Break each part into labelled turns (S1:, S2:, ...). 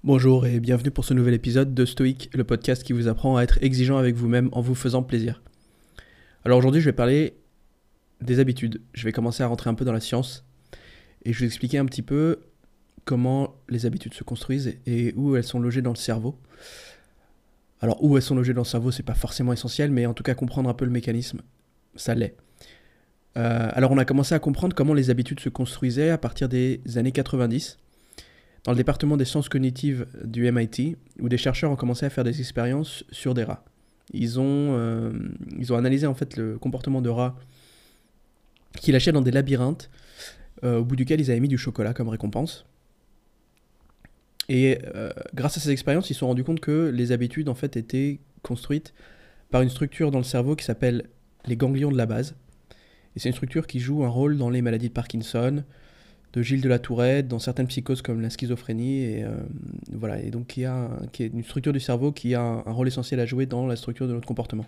S1: Bonjour et bienvenue pour ce nouvel épisode de Stoïque, le podcast qui vous apprend à être exigeant avec vous-même en vous faisant plaisir. Alors aujourd'hui je vais parler des habitudes. Je vais commencer à rentrer un peu dans la science et je vais vous expliquer un petit peu comment les habitudes se construisent et où elles sont logées dans le cerveau. Alors où elles sont logées dans le cerveau, c'est pas forcément essentiel, mais en tout cas comprendre un peu le mécanisme, ça l'est. Alors on a commencé à comprendre comment les habitudes se construisaient à partir des années 90 dans le département des sciences cognitives du MIT, où des chercheurs ont commencé à faire des expériences sur des rats. Ils ont analysé en fait le comportement de rats qui lâchaient dans des labyrinthes, au bout duquel ils avaient mis du chocolat comme récompense. Et grâce à ces expériences, ils se sont rendus compte que les habitudes en fait étaient construites par une structure dans le cerveau qui s'appelle les ganglions de la base. Et c'est une structure qui joue un rôle dans les maladies de Parkinson, de Gilles de la Tourette, dans certaines psychoses comme la schizophrénie, et voilà, et donc qui est une structure du cerveau qui a un rôle essentiel à jouer dans la structure de notre comportement.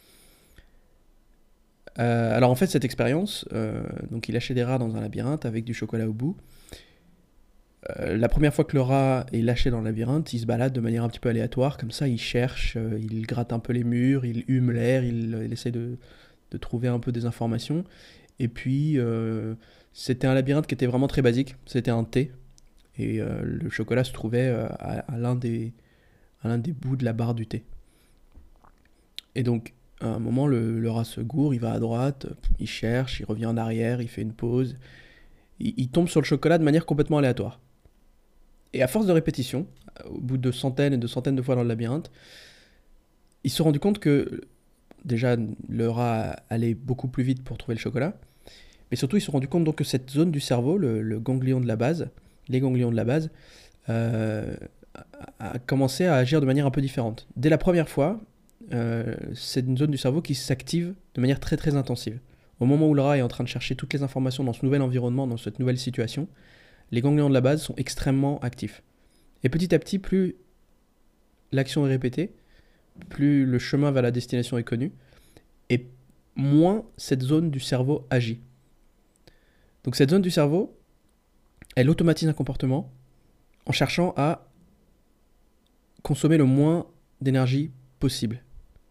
S1: Alors en fait cette expérience, donc il lâchait des rats dans un labyrinthe avec du chocolat au bout. La première fois que le rat est lâché dans le labyrinthe, il se balade de manière un petit peu aléatoire, comme ça il cherche, il gratte un peu les murs, il hume l'air, il essaie de trouver un peu des informations. Et puis, c'était un labyrinthe qui était vraiment très basique. C'était un T. Et le chocolat se trouvait à l'un des bouts de la barre du T. Et donc, à un moment, le rat se gourre, il va à droite, il cherche, il revient en arrière, il fait une pause. Il tombe sur le chocolat de manière complètement aléatoire. Et à force de répétition, au bout de centaines et de centaines de fois dans le labyrinthe, il se rendu compte que déjà le rat allait beaucoup plus vite pour trouver le chocolat. Mais surtout, ils se sont rendus compte donc que cette zone du cerveau, le ganglion de la base, les ganglions de la base, euh, a commencé à agir de manière un peu différente. Dès la première fois, c'est une zone du cerveau qui s'active de manière très très intensive. Au moment où le rat est en train de chercher toutes les informations dans ce nouvel environnement, dans cette nouvelle situation, les ganglions de la base sont extrêmement actifs. Et petit à petit, plus l'action est répétée, plus le chemin vers la destination est connu, et moins cette zone du cerveau agit. Donc cette zone du cerveau, elle automatise un comportement en cherchant à consommer le moins d'énergie possible.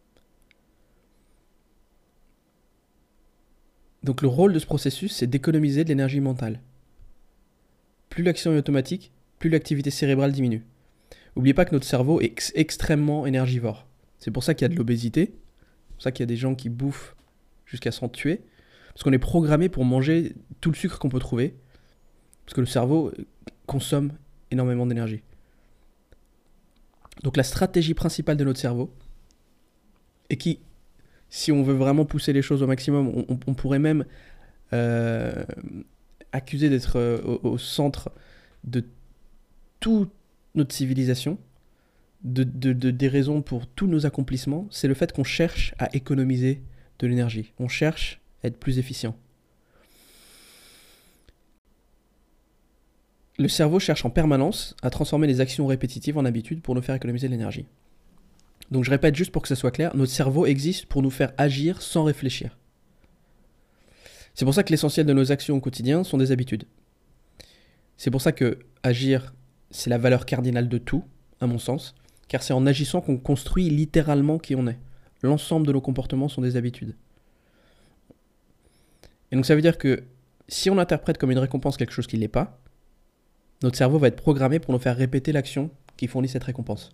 S1: Donc le rôle de ce processus, c'est d'économiser de l'énergie mentale. Plus l'action est automatique, plus l'activité cérébrale diminue. N'oubliez pas que notre cerveau est extrêmement énergivore. C'est pour ça qu'il y a de l'obésité, c'est pour ça qu'il y a des gens qui bouffent jusqu'à s'en tuer, parce qu'on est programmé pour manger tout le sucre qu'on peut trouver, parce que le cerveau consomme énormément d'énergie. Donc la stratégie principale de notre cerveau, et qui, si on veut vraiment pousser les choses au maximum, on pourrait même euh, accuser d'être au centre de toute notre civilisation, des raisons pour tous nos accomplissements, c'est le fait qu'on cherche à économiser de l'énergie. On cherche à être plus efficient. Le cerveau cherche en permanence à transformer les actions répétitives en habitudes pour nous faire économiser de l'énergie. Donc je répète juste pour que ce soit clair, notre cerveau existe pour nous faire agir sans réfléchir. C'est pour ça que l'essentiel de nos actions au quotidien sont des habitudes. C'est pour ça que agir, c'est la valeur cardinale de tout, à mon sens, car c'est en agissant qu'on construit littéralement qui on est. L'ensemble de nos comportements sont des habitudes. Et donc ça veut dire que si on interprète comme une récompense quelque chose qui ne l'est pas, notre cerveau va être programmé pour nous faire répéter l'action qui fournit cette récompense.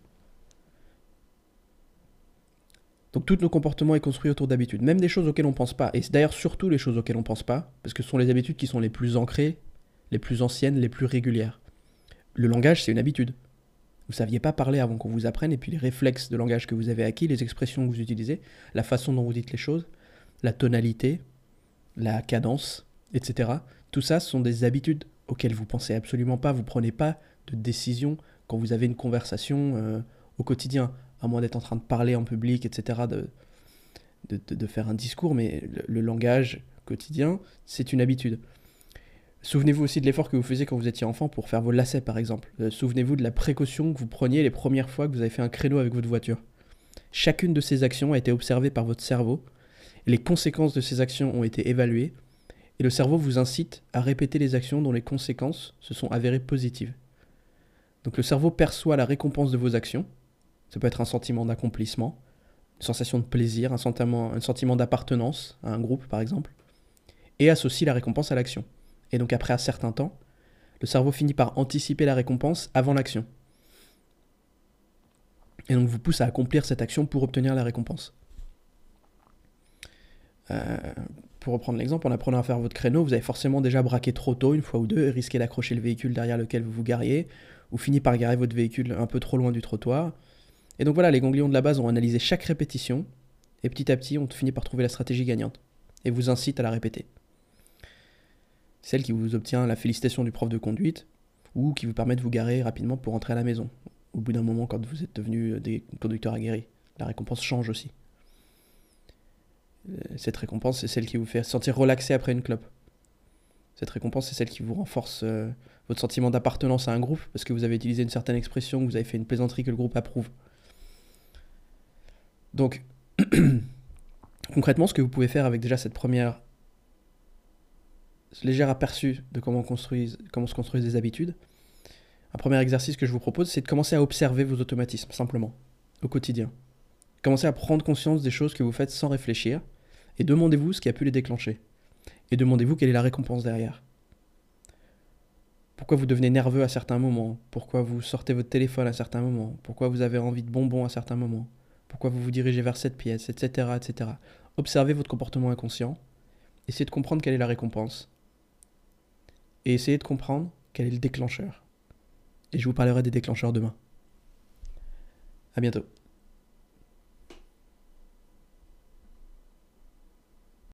S1: Donc tous nos comportements sont construits autour d'habitudes, même des choses auxquelles on ne pense pas. Et c'est d'ailleurs surtout les choses auxquelles on ne pense pas, parce que ce sont les habitudes qui sont les plus ancrées, les plus anciennes, les plus régulières. Le langage, c'est une habitude. Vous ne saviez pas parler avant qu'on vous apprenne, et puis les réflexes de langage que vous avez acquis, les expressions que vous utilisez, la façon dont vous dites les choses, la tonalité, la cadence, etc. Tout ça, ce sont des habitudes auxquelles vous ne pensez absolument pas. Vous ne prenez pas de décision quand vous avez une conversation au quotidien, à moins d'être en train de parler en public, etc., de faire un discours, mais le langage quotidien, c'est une habitude. Souvenez-vous aussi de l'effort que vous faisiez quand vous étiez enfant pour faire vos lacets, par exemple. Souvenez-vous de la précaution que vous preniez les premières fois que vous avez fait un créneau avec votre voiture. Chacune de ces actions a été observée par votre cerveau, et les conséquences de ces actions ont été évaluées, et le cerveau vous incite à répéter les actions dont les conséquences se sont avérées positives. Donc le cerveau perçoit la récompense de vos actions. Ça peut être un sentiment d'accomplissement, une sensation de plaisir, un sentiment d'appartenance à un groupe par exemple, et associe la récompense à l'action. Et donc après un certain temps, le cerveau finit par anticiper la récompense avant l'action. Et donc vous pousse à accomplir cette action pour obtenir la récompense. Pour reprendre l'exemple, en apprenant à faire votre créneau, vous avez forcément déjà braqué trop tôt une fois ou deux et risqué d'accrocher le véhicule derrière lequel vous vous gariez, ou fini par garer votre véhicule un peu trop loin du trottoir. Et donc voilà, les ganglions de la base ont analysé chaque répétition, et petit à petit, on finit par trouver la stratégie gagnante, et vous incite à la répéter. Celle qui vous obtient la félicitation du prof de conduite, ou qui vous permet de vous garer rapidement pour rentrer à la maison, au bout d'un moment quand vous êtes devenu des conducteurs aguerris. La récompense change aussi. Cette récompense, c'est celle qui vous fait sentir relaxé après une clope. Cette récompense, c'est celle qui vous renforce votre sentiment d'appartenance à un groupe, parce que vous avez utilisé une certaine expression, que vous avez fait une plaisanterie que le groupe approuve. Donc, concrètement, ce que vous pouvez faire avec déjà cette première léger aperçu de comment se construisent des habitudes, un premier exercice que je vous propose, c'est de commencer à observer vos automatismes, simplement, au quotidien. Commencez à prendre conscience des choses que vous faites sans réfléchir, et demandez-vous ce qui a pu les déclencher. Et demandez-vous quelle est la récompense derrière. Pourquoi vous devenez nerveux à certains moments? Pourquoi vous sortez votre téléphone à certains moments? Pourquoi vous avez envie de bonbons à certains moments? Pourquoi vous vous dirigez vers cette pièce, etc., etc. Observez votre comportement inconscient, essayez de comprendre quelle est la récompense, et essayez de comprendre quel est le déclencheur. Et je vous parlerai des déclencheurs demain. À bientôt.